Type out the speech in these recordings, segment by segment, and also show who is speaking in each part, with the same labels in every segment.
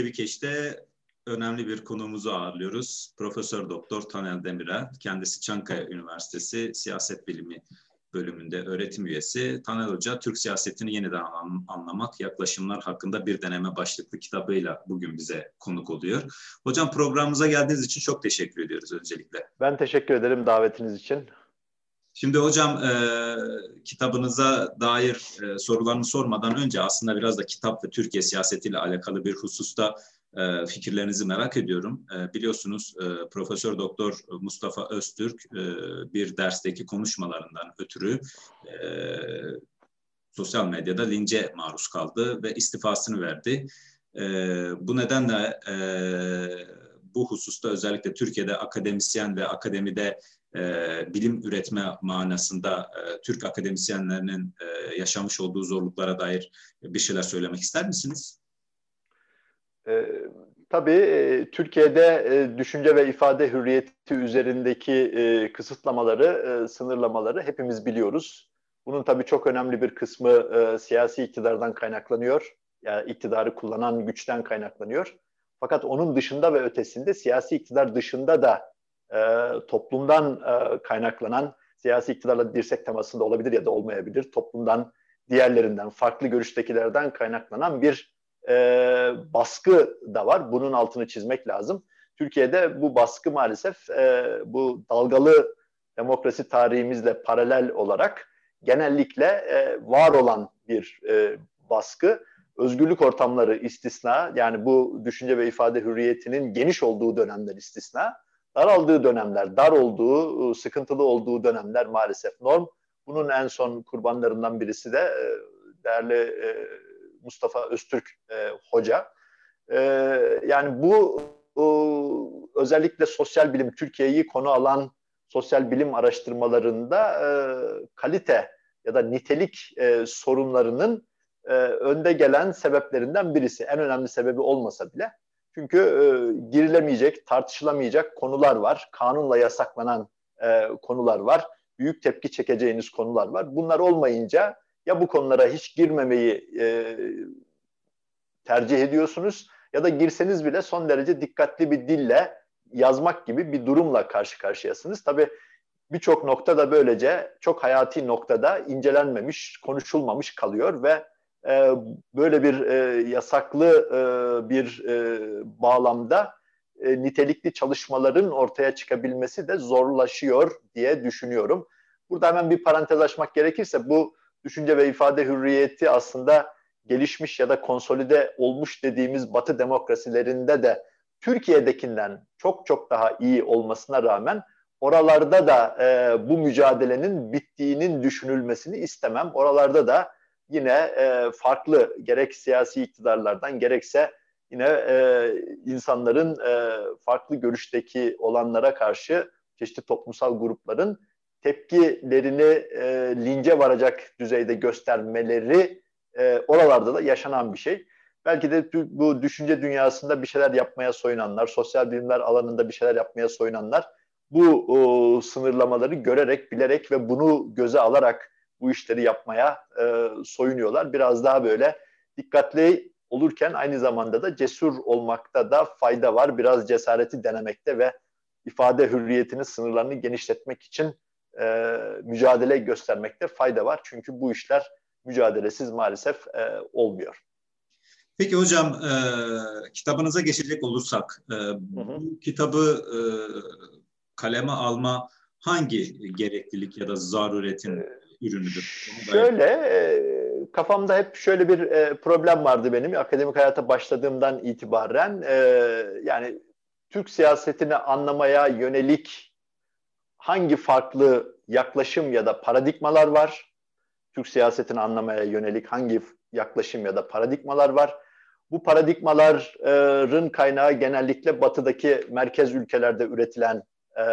Speaker 1: Türkeş'te önemli bir konuğumuzu ağırlıyoruz. Profesör Doktor Taner Demirel. Kendisi Çankaya Üniversitesi Siyaset Bilimi bölümünde öğretim üyesi. Taner Hoca, Türk siyasetini yeniden anlamak, yaklaşımlar hakkında bir deneme başlıklı kitabıyla bugün bize konuk oluyor. Hocam, programımıza geldiğiniz için çok teşekkür ediyoruz öncelikle.
Speaker 2: Ben teşekkür ederim davetiniz için.
Speaker 1: Şimdi hocam, kitabınıza dair sorularını sormadan önce aslında biraz da kitap ve Türkiye siyasetiyle alakalı bir hususta fikirlerinizi merak ediyorum. Biliyorsunuz Profesör Doktor Mustafa Öztürk bir dersteki konuşmalarından ötürü sosyal medyada lince maruz kaldı ve istifasını verdi. Bu nedenle bu hususta özellikle Türkiye'de akademisyen ve akademide bilim üretme manasında Türk akademisyenlerinin yaşamış olduğu zorluklara dair bir şeyler söylemek ister misiniz?
Speaker 2: Tabii Türkiye'de düşünce ve ifade hürriyeti üzerindeki kısıtlamaları, sınırlamaları hepimiz biliyoruz. Bunun tabii çok önemli bir kısmı siyasi iktidardan kaynaklanıyor. Yani iktidarı kullanan güçten kaynaklanıyor. Fakat onun dışında ve ötesinde siyasi iktidar dışında da toplumdan kaynaklanan, siyasi iktidarla dirsek temasında olabilir ya da olmayabilir, toplumdan, diğerlerinden, farklı görüştekilerden kaynaklanan bir baskı da var. Bunun altını çizmek lazım. Türkiye'de bu baskı maalesef bu dalgalı demokrasi tarihimizle paralel olarak genellikle var olan bir baskı. Özgürlük ortamları istisna, yani bu düşünce ve ifade hürriyetinin geniş olduğu dönemler istisna, daraldığı dönemler, dar olduğu, sıkıntılı olduğu dönemler maalesef norm. Bunun en son kurbanlarından birisi de değerli Mustafa Öztürk Hoca. Yani bu özellikle sosyal bilim, Türkiye'yi konu alan sosyal bilim araştırmalarında kalite ya da nitelik sorunlarının önde gelen sebeplerinden birisi. En önemli sebebi olmasa bile. Çünkü girilemeyecek, tartışılamayacak konular var. Kanunla yasaklanan konular var. Büyük tepki çekeceğiniz konular var. Bunlar olmayınca ya bu konulara hiç girmemeyi tercih ediyorsunuz ya da girseniz bile son derece dikkatli bir dille yazmak gibi bir durumla karşı karşıyasınız. Tabii birçok noktada böylece çok hayati noktada incelenmemiş, konuşulmamış kalıyor ve böyle bir yasaklı bir bağlamda nitelikli çalışmaların ortaya çıkabilmesi de zorlaşıyor diye düşünüyorum. Burada hemen bir parantez açmak gerekirse bu düşünce ve ifade hürriyeti aslında gelişmiş ya da konsolide olmuş dediğimiz Batı demokrasilerinde de Türkiye'dekinden çok çok daha iyi olmasına rağmen oralarda da bu mücadelenin bittiğinin düşünülmesini istemem. Oralarda da yine farklı gerek siyasi iktidarlardan gerekse yine insanların farklı görüşteki olanlara karşı çeşitli toplumsal grupların tepkilerini lince varacak düzeyde göstermeleri oralarda da yaşanan bir şey. Belki de bu düşünce dünyasında bir şeyler yapmaya soyunanlar, sosyal bilimler alanında bir şeyler yapmaya soyunanlar bu sınırlamaları görerek, bilerek ve bunu göze alarak bu işleri yapmaya soyunuyorlar. Biraz daha böyle dikkatli olurken aynı zamanda da cesur olmakta da fayda var. Biraz cesareti denemekte ve ifade hürriyetinin sınırlarını genişletmek için mücadele göstermekte fayda var. Çünkü bu işler mücadelesiz maalesef olmuyor.
Speaker 1: Peki hocam, kitabınıza geçecek olursak, bu kitabı kaleme alma hangi gereklilik ya da zaruretin ürünüdür?
Speaker 2: Şöyle, kafamda hep şöyle bir problem vardı benim. Akademik hayata başladığımdan itibaren yani Türk siyasetini anlamaya yönelik hangi farklı yaklaşım ya da paradigmalar var? Türk siyasetini anlamaya yönelik hangi yaklaşım ya da paradigmalar var? Bu paradigmaların kaynağı genellikle batıdaki merkez ülkelerde üretilen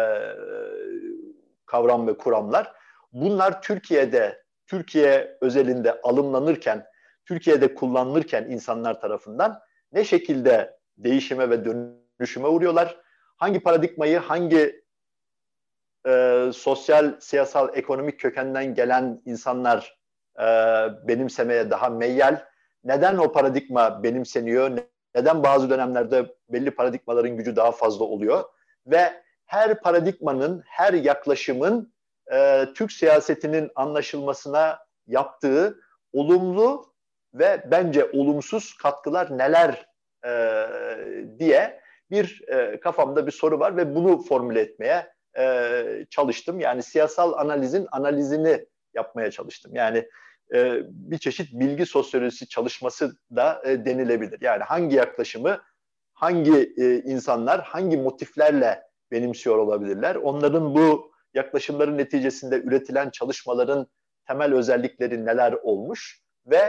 Speaker 2: kavram ve kuramlar. Bunlar Türkiye özelinde alımlanırken, Türkiye'de kullanılırken insanlar tarafından ne şekilde değişime ve dönüşüme uğruyorlar? Hangi paradigmayı, hangi sosyal, siyasal, ekonomik kökenden gelen insanlar benimsemeye daha meyyal? Neden o paradigma benimseniyor? Neden bazı dönemlerde belli paradigmaların gücü daha fazla oluyor ve her paradigmanın, her yaklaşımın Türk siyasetinin anlaşılmasına yaptığı olumlu ve bence olumsuz katkılar neler diye bir kafamda bir soru var ve bunu formüle etmeye çalıştım. Yani siyasal analizin analizini yapmaya çalıştım. Yani bir çeşit bilgi sosyolojisi çalışması da denilebilir. Yani hangi yaklaşımı hangi insanlar hangi motiflerle benimsiyor olabilirler? Onların bu yaklaşımların neticesinde üretilen çalışmaların temel özellikleri neler olmuş? Ve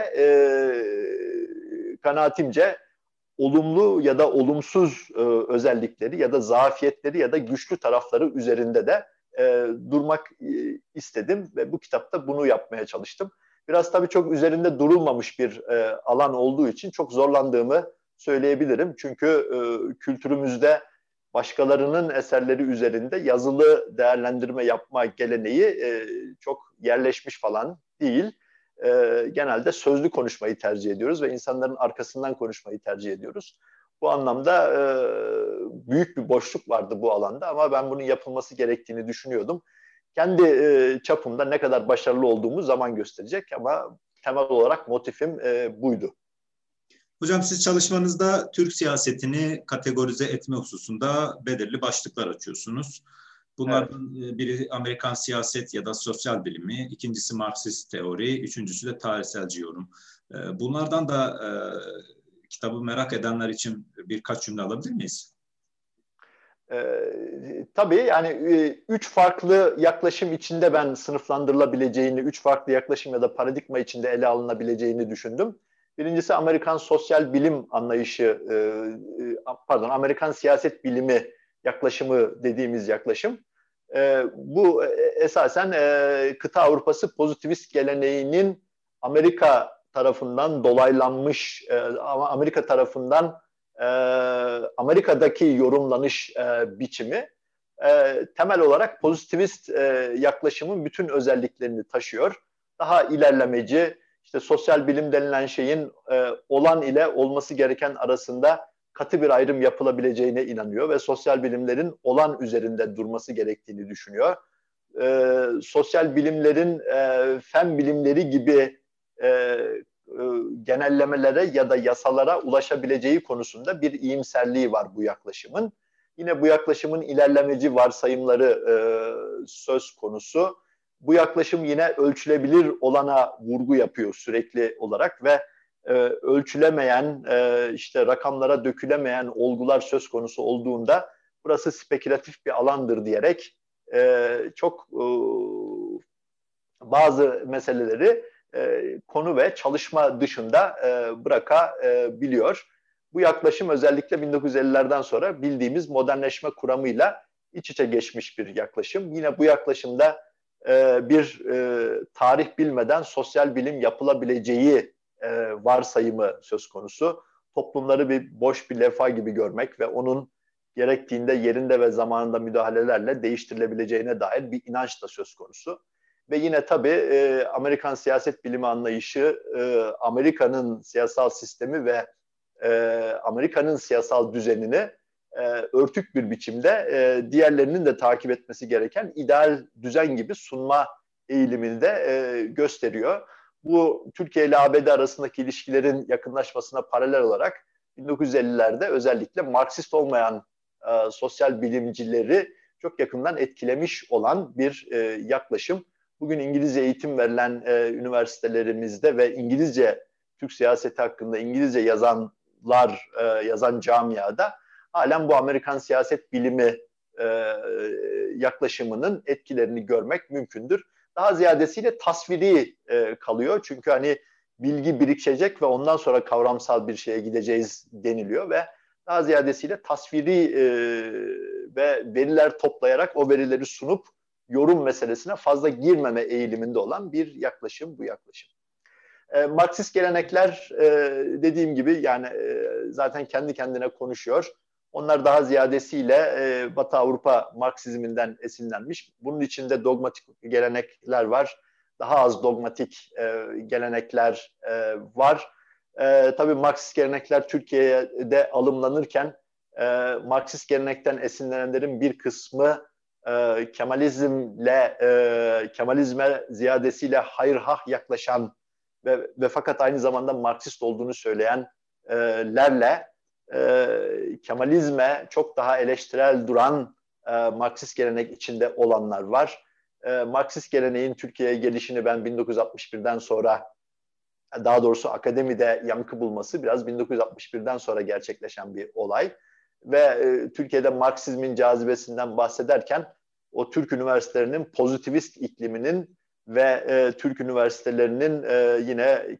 Speaker 2: kanaatimce olumlu ya da olumsuz özellikleri ya da zafiyetleri ya da güçlü tarafları üzerinde de durmak istedim ve bu kitapta bunu yapmaya çalıştım. Biraz tabii çok üzerinde durulmamış bir alan olduğu için çok zorlandığımı söyleyebilirim. Çünkü kültürümüzde başkalarının eserleri üzerinde yazılı değerlendirme yapma geleneği çok yerleşmiş falan değil. Genelde sözlü konuşmayı tercih ediyoruz ve insanların arkasından konuşmayı tercih ediyoruz. Bu anlamda büyük bir boşluk vardı bu alanda ama ben bunun yapılması gerektiğini düşünüyordum. Kendi çapımda ne kadar başarılı olduğumu zaman gösterecek ama temel olarak motifim buydu.
Speaker 1: Hocam siz çalışmanızda Türk siyasetini kategorize etme hususunda belirli başlıklar açıyorsunuz. Bunlardan biri Amerikan siyaset ya da sosyal bilimi, ikincisi Marksist teori, üçüncüsü de tarihselci yorum. Bunlardan da kitabı merak edenler için birkaç cümle alabilir miyiz?
Speaker 2: Tabii yani üç farklı yaklaşım içinde ben sınıflandırılabileceğini, üç farklı yaklaşım ya da paradigma içinde ele alınabileceğini düşündüm. Birincisi Amerikan sosyal bilim anlayışı, Amerikan siyaset bilimi yaklaşımı dediğimiz yaklaşım. Bu esasen kıta Avrupası pozitivist geleneğinin Amerika tarafından dolaylanmış, ama Amerika tarafından Amerika'daki yorumlanış biçimi temel olarak pozitivist yaklaşımın bütün özelliklerini taşıyor. Daha ilerlemeci, işte sosyal bilim denilen şeyin olan ile olması gereken arasında katı bir ayrım yapılabileceğine inanıyor ve sosyal bilimlerin olan üzerinde durması gerektiğini düşünüyor. Sosyal bilimlerin fen bilimleri gibi genellemelere ya da yasalara ulaşabileceği konusunda bir iyimserliği var bu yaklaşımın. Yine bu yaklaşımın ilerlemeci varsayımları söz konusu. Bu yaklaşım yine ölçülebilir olana vurgu yapıyor sürekli olarak ve ölçülemeyen, işte rakamlara dökülemeyen olgular söz konusu olduğunda burası spekülatif bir alandır diyerek çok bazı meseleleri konu ve çalışma dışında bırakabiliyor. Bu yaklaşım özellikle 1950'lerden sonra bildiğimiz modernleşme kuramıyla iç içe geçmiş bir yaklaşım. Yine bu yaklaşımda bir tarih bilmeden sosyal bilim yapılabileceği varsayımı söz konusu. Toplumları boş bir levha gibi görmek ve onun gerektiğinde yerinde ve zamanında müdahalelerle değiştirilebileceğine dair bir inanç da söz konusu. Ve yine tabii Amerikan siyaset bilimi anlayışı, Amerika'nın siyasal sistemi ve Amerika'nın siyasal düzenini örtük bir biçimde diğerlerinin de takip etmesi gereken ideal düzen gibi sunma eğilimini de gösteriyor. Bu Türkiye ile ABD arasındaki ilişkilerin yakınlaşmasına paralel olarak 1950'lerde özellikle Marksist olmayan sosyal bilimcileri çok yakından etkilemiş olan bir yaklaşım. Bugün İngilizce eğitim verilen üniversitelerimizde ve İngilizce Türk siyaseti hakkında İngilizce yazan camiada halen bu Amerikan siyaset bilimi yaklaşımının etkilerini görmek mümkündür. Daha ziyadesiyle tasviri kalıyor. Çünkü hani bilgi birikecek ve ondan sonra kavramsal bir şeye gideceğiz deniliyor ve daha ziyadesiyle tasviri ve veriler toplayarak o verileri sunup yorum meselesine fazla girmeme eğiliminde olan bir yaklaşım bu yaklaşım. Marksist gelenekler dediğim gibi yani zaten kendi kendine konuşuyor. Onlar daha ziyadesiyle Batı Avrupa Marksizminden esinlenmiş. Bunun içinde dogmatik gelenekler var. Daha az dogmatik gelenekler var. Tabii Marksist gelenekler Türkiye'de alımlanırken Marksist gelenekten esinlenenlerin bir kısmı Kemalizme ziyadesiyle hayırhah yaklaşan ve fakat aynı zamanda Marksist olduğunu söyleyenlerle Kemalizme çok daha eleştirel duran Marksist gelenek içinde olanlar var. Marksist geleneğin Türkiye'ye gelişini ben 1961'den sonra, daha doğrusu akademide yankı bulması biraz 1961'den sonra gerçekleşen bir olay. Ve Türkiye'de Marksizmin cazibesinden bahsederken o Türk üniversitelerinin pozitivist ikliminin ve Türk üniversitelerinin yine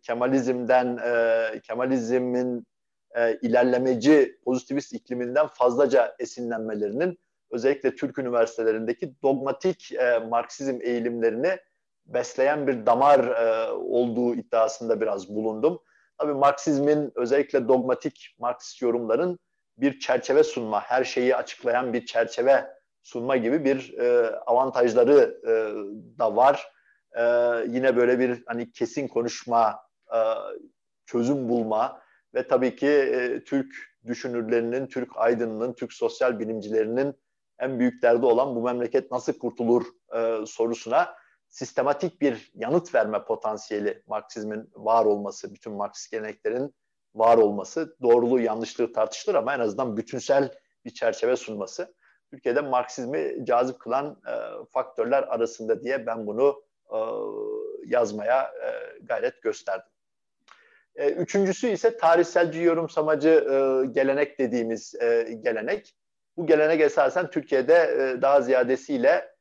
Speaker 2: Kemalizmin ilerlemeci pozitivist ikliminden fazlaca esinlenmelerinin özellikle Türk üniversitelerindeki dogmatik Marksizm eğilimlerini besleyen bir damar olduğu iddiasında biraz bulundum. Tabii Marksizmin özellikle dogmatik Marksist yorumların bir çerçeve sunma, her şeyi açıklayan bir çerçeve sunma gibi bir avantajları da var. Yine böyle bir hani kesin konuşma, çözüm bulma ve tabii ki Türk düşünürlerinin, Türk aydınının, Türk sosyal bilimcilerinin en büyük derdi olan bu memleket nasıl kurtulur sorusuna sistematik bir yanıt verme potansiyeli Marksizmin var olması, bütün Marksist geleneklerin var olması, doğruluğu yanlışlığı tartışılır ama en azından bütünsel bir çerçeve sunması Türkiye'de Marksizmi cazip kılan faktörler arasında diye ben bunu yazmaya gayret gösterdim. Üçüncüsü ise tarihselci yorumsamacı gelenek dediğimiz gelenek. Bu gelenek esasen Türkiye'de daha ziyadesiyle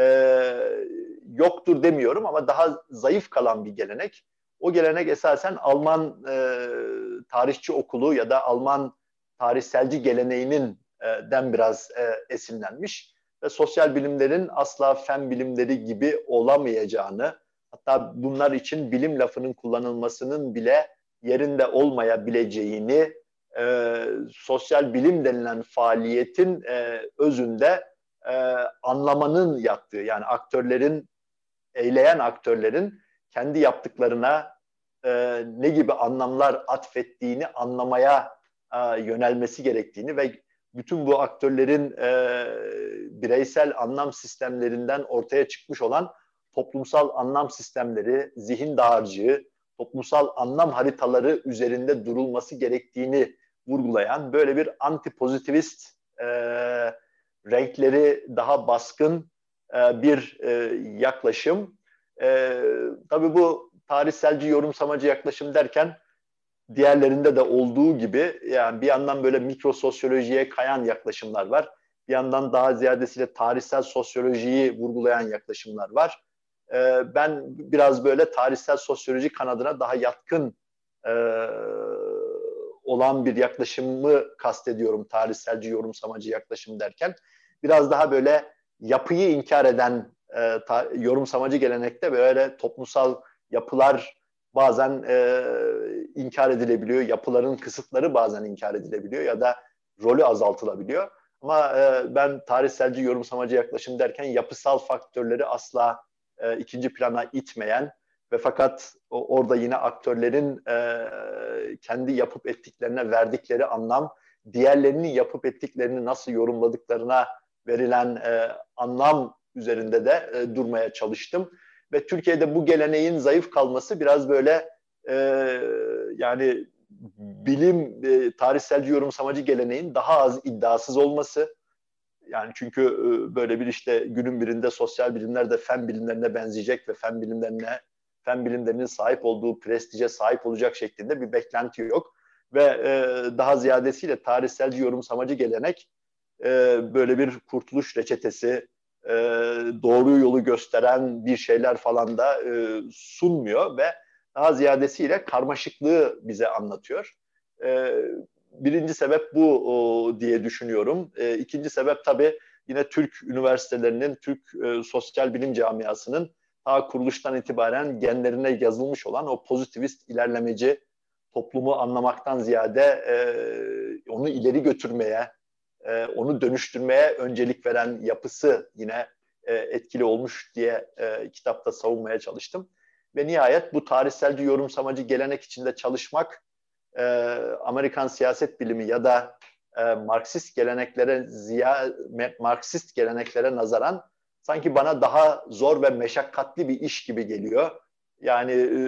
Speaker 2: yoktur demiyorum ama daha zayıf kalan bir gelenek. O gelenek esasen Alman tarihçi okulu ya da Alman tarihselci geleneğinin den biraz esinlenmiş ve sosyal bilimlerin asla fen bilimleri gibi olamayacağını, hatta bunlar için bilim lafının kullanılmasının bile yerinde olmayabileceğini, sosyal bilim denilen faaliyetin özünde anlamanın yattığı, yani eyleyen aktörlerin kendi yaptıklarına ne gibi anlamlar atfettiğini anlamaya yönelmesi gerektiğini ve bütün bu aktörlerin bireysel anlam sistemlerinden ortaya çıkmış olan toplumsal anlam sistemleri, zihin dağarcığı, toplumsal anlam haritaları üzerinde durulması gerektiğini vurgulayan böyle bir antipozitivist renkleri daha baskın bir yaklaşım. Tabii bu tarihselci yorumsamacı yaklaşım derken diğerlerinde de olduğu gibi yani bir yandan böyle mikrososyolojiye kayan yaklaşımlar var. Bir yandan daha ziyadesiyle tarihsel sosyolojiyi vurgulayan yaklaşımlar var. Ben biraz böyle tarihsel sosyoloji kanadına daha yatkın olan bir yaklaşımı kastediyorum tarihselci yorumsamacı yaklaşım derken. Biraz daha böyle yapıyı inkar eden yorumsamacı gelenekte böyle toplumsal yapılar bazen inkar edilebiliyor. Yapıların kısıtları bazen inkar edilebiliyor ya da rolü azaltılabiliyor. Ama ben tarihselci yorumsamacı yaklaşım derken yapısal faktörleri asla ikinci plana itmeyen ve fakat orada yine aktörlerin kendi yapıp ettiklerine verdikleri anlam, diğerlerinin yapıp ettiklerini nasıl yorumladıklarına verilen anlam üzerinde de durmaya çalıştım. Ve Türkiye'de bu geleneğin zayıf kalması biraz böyle yani bilim, tarihselci yorumsamacı geleneğin daha az iddiasız olması. Yani çünkü böyle bir işte günün birinde sosyal bilimler de fen bilimlerine benzeyecek ve fen bilimlerinin sahip olduğu prestije sahip olacak şeklinde bir beklenti yok. Ve daha ziyadesiyle tarihselci yorumsamacı gelenek böyle bir kurtuluş reçetesi, doğru yolu gösteren bir şeyler falan da sunmuyor ve daha ziyadesiyle karmaşıklığı bize anlatıyor. Birinci sebep bu diye düşünüyorum. İkinci sebep tabii yine Türk üniversitelerinin, Türk sosyal bilim camiasının ta kuruluştan itibaren genlerine yazılmış olan o pozitivist ilerlemeci toplumu anlamaktan ziyade onu ileri götürmeye, onu dönüştürmeye öncelik veren yapısı yine etkili olmuş diye kitapta savunmaya çalıştım. Ve nihayet bu tarihselci yorumsamacı gelenek içinde çalışmak Amerikan siyaset bilimi ya da Marksist geleneklere nazaran sanki bana daha zor ve meşakkatli bir iş gibi geliyor. Yani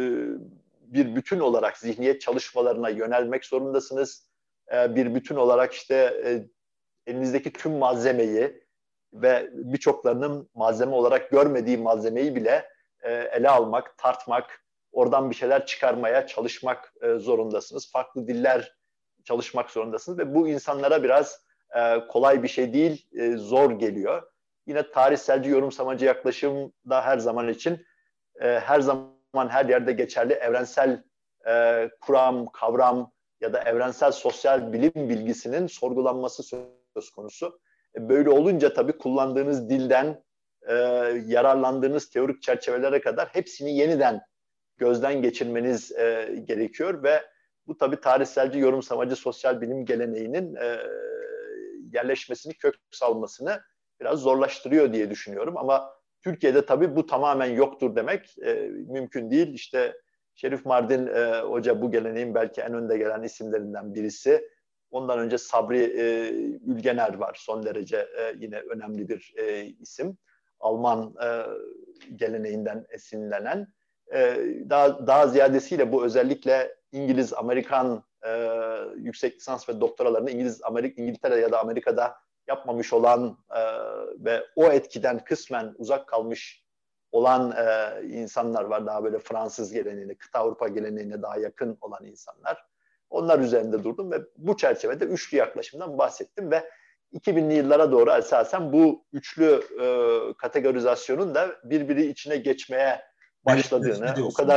Speaker 2: bir bütün olarak zihniyet çalışmalarına yönelmek zorundasınız. Bir bütün olarak işte elinizdeki tüm malzemeyi ve birçoklarının malzeme olarak görmediği malzemeyi bile ele almak, tartmak, oradan bir şeyler çıkarmaya çalışmak zorundasınız. Farklı diller çalışmak zorundasınız ve bu insanlara biraz kolay bir şey değil, zor geliyor. Yine tarihselci yorumsamacı yaklaşım da her zaman için her zaman her yerde geçerli evrensel kuram, kavram ya da evrensel sosyal bilim bilgisinin sorgulanması söz konusu. Böyle olunca tabii kullandığınız dilden yararlandığınız teorik çerçevelere kadar hepsini yeniden gözden geçirmeniz gerekiyor ve bu tabii tarihselci yorumsamacı sosyal bilim geleneğinin yerleşmesini, kök salmasını biraz zorlaştırıyor diye düşünüyorum. Ama Türkiye'de tabii bu tamamen yoktur demek mümkün değil. İşte Şerif Mardin Hoca bu geleneğin belki en önde gelen isimlerinden birisi. Ondan önce Sabri Ülgener var. Son derece yine önemli bir isim. Alman geleneğinden esinlenen. Daha ziyadesiyle bu özellikle İngiliz, Amerikan yüksek lisans ve doktoralarını İngiltere ya da Amerika'da yapmamış olan ve o etkiden kısmen uzak kalmış olan insanlar var. Daha böyle Fransız geleneğine, kıta Avrupa geleneğine daha yakın olan insanlar. Onlar üzerinde durdum ve bu çerçevede üçlü yaklaşımdan bahsettim ve 2000'li yıllara doğru esasen bu üçlü kategorizasyonun da birbiri içine geçmeye başladığını,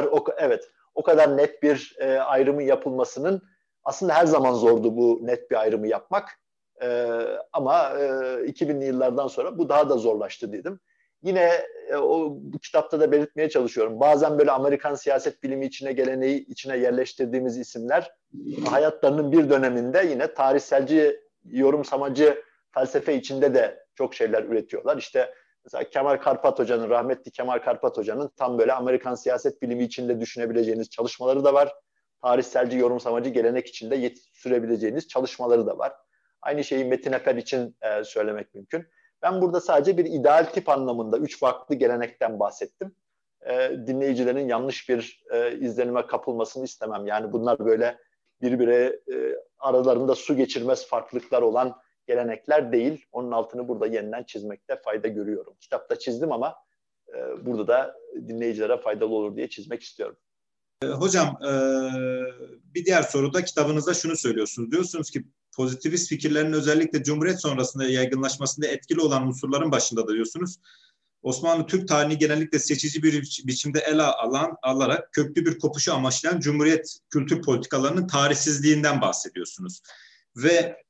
Speaker 2: o kadar net bir ayrımı yapılmasının aslında her zaman zordu bu net bir ayrımı yapmak. Ama 2000'li yıllardan sonra bu daha da zorlaştı dedim. Yine bu kitapta da belirtmeye çalışıyorum. Bazen böyle Amerikan siyaset bilimi geleneği içine yerleştirdiğimiz isimler hayatlarının bir döneminde yine tarihselci, yorumsamacı felsefe içinde de çok şeyler üretiyorlar. İşte mesela Kemal Karpat Hoca'nın, rahmetli Kemal Karpat Hoca'nın tam böyle Amerikan siyaset bilimi içinde düşünebileceğiniz çalışmaları da var. Tarihselci, yorumsamacı gelenek içinde sürebileceğiniz çalışmaları da var. Aynı şeyi Metin Efer için söylemek mümkün. Ben burada sadece bir ideal tip anlamında 3 farklı gelenekten bahsettim. Dinleyicilerin yanlış bir izlenime kapılmasını istemem. Yani bunlar böyle birbirine aralarında su geçirmez farklılıklar olan gelenekler değil. Onun altını burada yeniden çizmekte fayda görüyorum. Kitapta çizdim ama burada da dinleyicilere faydalı olur diye çizmek istiyorum.
Speaker 1: Hocam bir diğer soruda kitabınızda şunu söylüyorsunuz. Diyorsunuz ki pozitivist fikirlerin özellikle Cumhuriyet sonrasında yaygınlaşmasında etkili olan unsurların başında da diyorsunuz. Osmanlı Türk tarihini genellikle seçici bir biçimde ele alarak köklü bir kopuşu amaçlayan Cumhuriyet kültür politikalarının tarihsizliğinden bahsediyorsunuz. Ve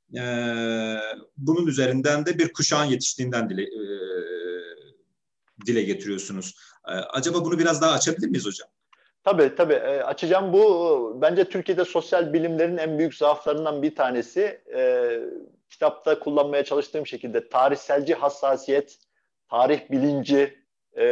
Speaker 1: bunun üzerinden de bir kuşağın yetiştiğinden dile getiriyorsunuz. Acaba bunu biraz daha açabilir miyiz hocam?
Speaker 2: Tabii açacağım. Bu bence Türkiye'de sosyal bilimlerin en büyük zaaflarından bir tanesi. Kitapta kullanmaya çalıştığım şekilde tarihselci hassasiyet, tarih bilinci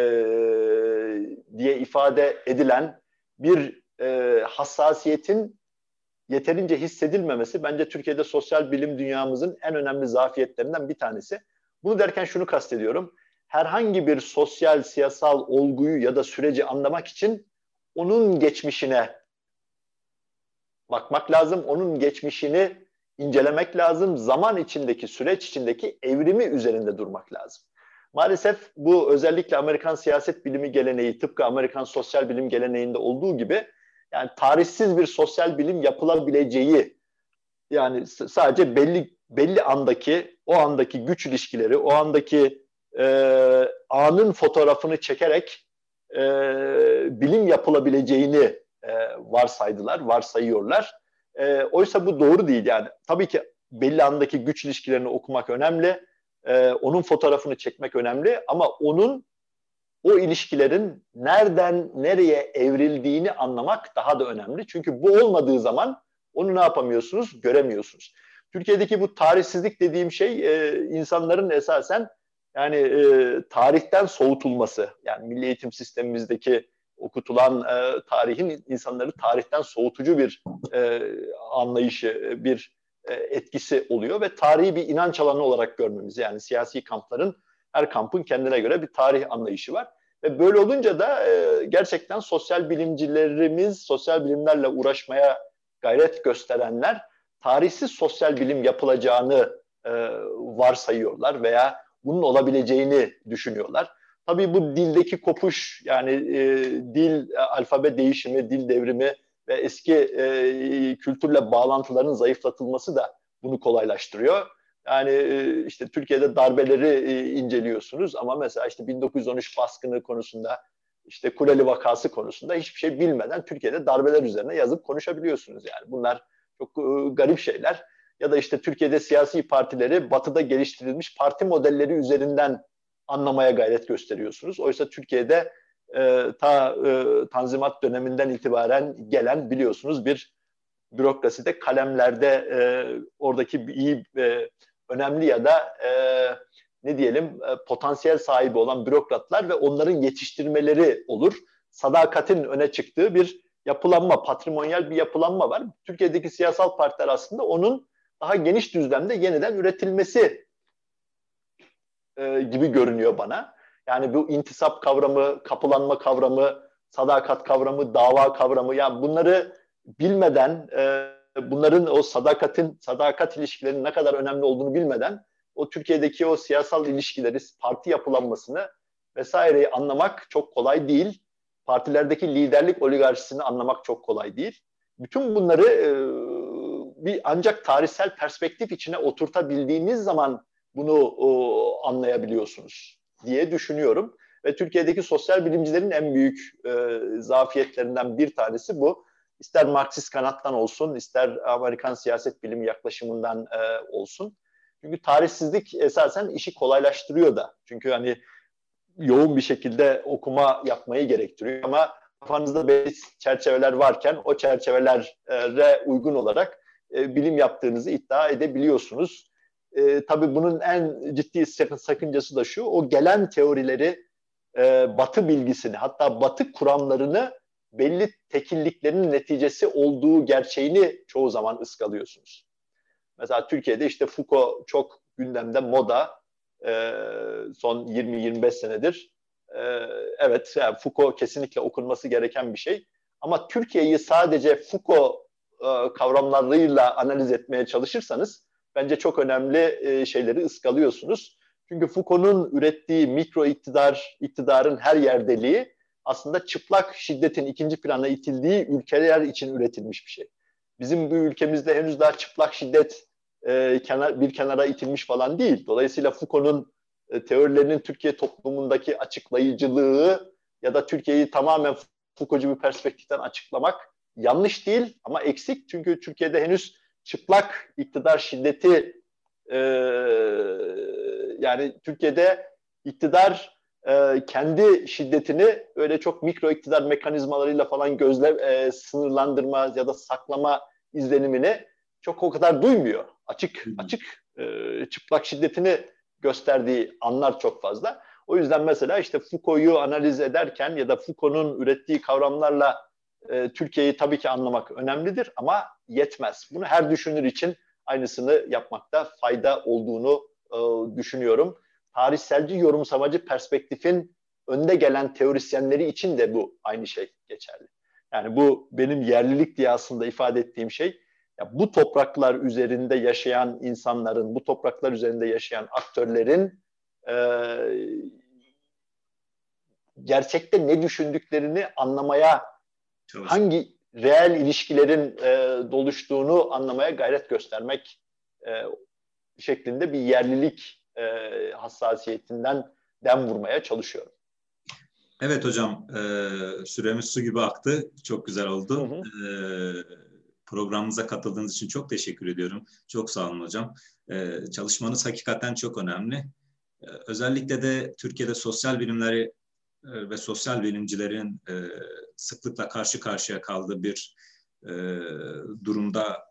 Speaker 2: diye ifade edilen bir hassasiyetin yeterince hissedilmemesi bence Türkiye'de sosyal bilim dünyamızın en önemli zafiyetlerinden bir tanesi. Bunu derken şunu kastediyorum. Herhangi bir sosyal, siyasal olguyu ya da süreci anlamak için onun geçmişine bakmak lazım, onun geçmişini incelemek lazım, zaman içindeki, süreç içindeki evrimi üzerinde durmak lazım. Maalesef bu özellikle Amerikan siyaset bilimi geleneği, tıpkı Amerikan sosyal bilim geleneğinde olduğu gibi, yani tarihsiz bir sosyal bilim yapılabileceği, yani sadece belli o andaki güç ilişkileri, o andaki anın fotoğrafını çekerek bilim yapılabileceğini varsayıyorlar. Oysa bu doğru değil yani. Tabii ki belli andaki güç ilişkilerini okumak önemli, onun fotoğrafını çekmek önemli ama o ilişkilerin nereden nereye evrildiğini anlamak daha da önemli. Çünkü bu olmadığı zaman onu ne yapamıyorsunuz? Göremiyorsunuz. Türkiye'deki bu tarihsizlik dediğim şey insanların esasen yani tarihten soğutulması. Yani milli eğitim sistemimizdeki okutulan tarihin insanları tarihten soğutucu bir anlayışı, bir etkisi oluyor ve tarihi bir inanç alanı olarak görmemiz. Yani siyasi kampların, her kampın kendine göre bir tarih anlayışı var. Ve böyle olunca da gerçekten sosyal bilimcilerimiz, sosyal bilimlerle uğraşmaya gayret gösterenler tarihsiz sosyal bilim yapılacağını varsayıyorlar veya bunun olabileceğini düşünüyorlar. Tabii bu dildeki kopuş, yani dil, alfabe değişimi, dil devrimi ve eski kültürle bağlantıların zayıflatılması da bunu kolaylaştırıyor. Yani işte Türkiye'de darbeleri inceliyorsunuz ama mesela işte 1913 baskını konusunda, işte Kuleli vakası konusunda hiçbir şey bilmeden Türkiye'de darbeler üzerine yazıp konuşabiliyorsunuz yani. Bunlar çok garip şeyler. Ya da işte Türkiye'de siyasi partileri Batı'da geliştirilmiş parti modelleri üzerinden anlamaya gayret gösteriyorsunuz. Oysa Türkiye'de Tanzimat döneminden itibaren gelen, biliyorsunuz, bir bürokraside, kalemlerde oradaki iyi, önemli ya da ne diyelim potansiyel sahibi olan bürokratlar ve onların yetiştirmeleri olur. Sadakatin öne çıktığı bir yapılanma, patrimonyal bir yapılanma var. Türkiye'deki siyasal partiler aslında onun daha geniş düzlemde yeniden üretilmesi gibi görünüyor bana. Yani bu intisap kavramı, kapılanma kavramı, sadakat kavramı, dava kavramı, yani bunları bilmeden, bunların o sadakat ilişkilerinin ne kadar önemli olduğunu bilmeden o Türkiye'deki o siyasal ilişkileri, parti yapılanmasını vesaireyi anlamak çok kolay değil. Partilerdeki liderlik oligarşisini anlamak çok kolay değil. Bütün bunları bir ancak tarihsel perspektif içine oturtabildiğiniz zaman bunu anlayabiliyorsunuz diye düşünüyorum. Ve Türkiye'deki sosyal bilimcilerin en büyük zafiyetlerinden bir tanesi bu. İster Marksist kanattan olsun, ister Amerikan siyaset bilimi yaklaşımından olsun. Çünkü tarihsizlik esasen işi kolaylaştırıyor da. Çünkü hani yoğun bir şekilde okuma yapmayı gerektiriyor. Ama kafanızda belli çerçeveler varken o çerçevelere uygun olarak bilim yaptığınızı iddia edebiliyorsunuz. Tabii bunun en ciddi sakıncası da şu: o gelen teorileri, Batı bilgisini, hatta Batı kuramlarını belli tekilliklerin neticesi olduğu gerçeğini çoğu zaman ıskalıyorsunuz. Mesela Türkiye'de işte Foucault çok gündemde, moda, son 20-25 senedir. Evet, yani Foucault kesinlikle okunması gereken bir şey. Ama Türkiye'yi sadece Foucault kavramlarıyla analiz etmeye çalışırsanız bence çok önemli şeyleri ıskalıyorsunuz. Çünkü Foucault'un ürettiği mikro iktidar, iktidarın her yerdeliği aslında çıplak şiddetin ikinci plana itildiği ülkeler için üretilmiş bir şey. Bizim bu ülkemizde henüz daha çıplak şiddet bir kenara itilmiş falan değil. Dolayısıyla Foucault'un teorilerinin Türkiye toplumundaki açıklayıcılığı ya da Türkiye'yi tamamen Foucault'cu bir perspektiften açıklamak yanlış değil ama eksik. Çünkü Türkiye'de henüz çıplak iktidar şiddeti, yani Türkiye'de iktidar kendi şiddetini öyle çok mikro iktidar mekanizmalarıyla falan sınırlandırma ya da saklama izlenimini çok o kadar duymuyor. Açık çıplak şiddetini gösterdiği anlar çok fazla. O yüzden mesela işte Foucault'u analiz ederken ya da Foucault'un ürettiği kavramlarla Türkiye'yi tabii ki anlamak önemlidir ama yetmez. Bunu her düşünür için aynısını yapmakta fayda olduğunu düşünüyorum. Tarihselci, yorumsamacı perspektifin önde gelen teorisyenleri için de bu aynı şey geçerli. Yani bu benim yerlilik diye aslında ifade ettiğim şey, ya bu topraklar üzerinde yaşayan insanların, bu topraklar üzerinde yaşayan aktörlerin gerçekte ne düşündüklerini anlamaya, hangi reel ilişkilerin doluştuğunu anlamaya gayret göstermek şeklinde bir yerlilik hassasiyetinden dem vurmaya çalışıyorum.
Speaker 1: Evet hocam, süremiz su gibi aktı. Çok güzel oldu.
Speaker 2: Hı hı.
Speaker 1: Programımıza katıldığınız için çok teşekkür ediyorum. Çok sağ olun hocam. Çalışmanız hakikaten çok önemli. Özellikle de Türkiye'de sosyal bilimleri ve sosyal bilimcilerin sıklıkla karşı karşıya kaldığı bir durumda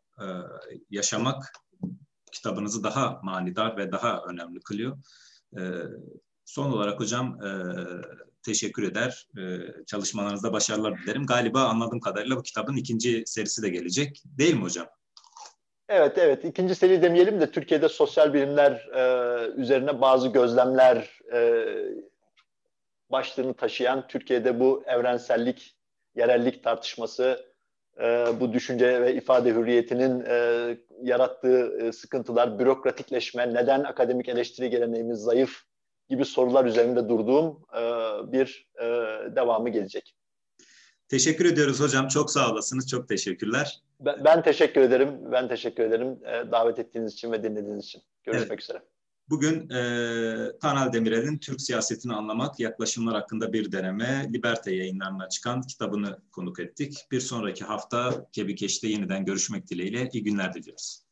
Speaker 1: yaşamak kitabınızı daha manidar ve daha önemli kılıyor. Son olarak hocam teşekkür eder. Çalışmalarınızda başarılar dilerim. Galiba anladığım kadarıyla bu kitabın ikinci serisi de gelecek. Değil mi hocam?
Speaker 2: Evet, evet. İkinci seri demeyelim de Türkiye'de sosyal bilimler üzerine bazı gözlemler başlığını taşıyan, Türkiye'de bu evrensellik, yerellik tartışması, bu düşünce ve ifade hürriyetinin yarattığı sıkıntılar, bürokratikleşme, neden akademik eleştiri geleneğimiz zayıf gibi sorular üzerinde durduğum bir devamı gelecek.
Speaker 1: Teşekkür ediyoruz hocam. Çok sağ olasınız. Çok teşekkürler.
Speaker 2: Ben teşekkür ederim. Ben teşekkür ederim davet ettiğiniz için ve dinlediğiniz için. Görüşmek
Speaker 1: Evet.
Speaker 2: üzere.
Speaker 1: Bugün Taner Demirel'in Türk Siyasetini Anlamak Yaklaşımlar Hakkında Bir Deneme, Liberte yayınlarına çıkan kitabını konuk ettik. Bir sonraki hafta Kebikeş'te yeniden görüşmek dileğiyle iyi günler diliyoruz.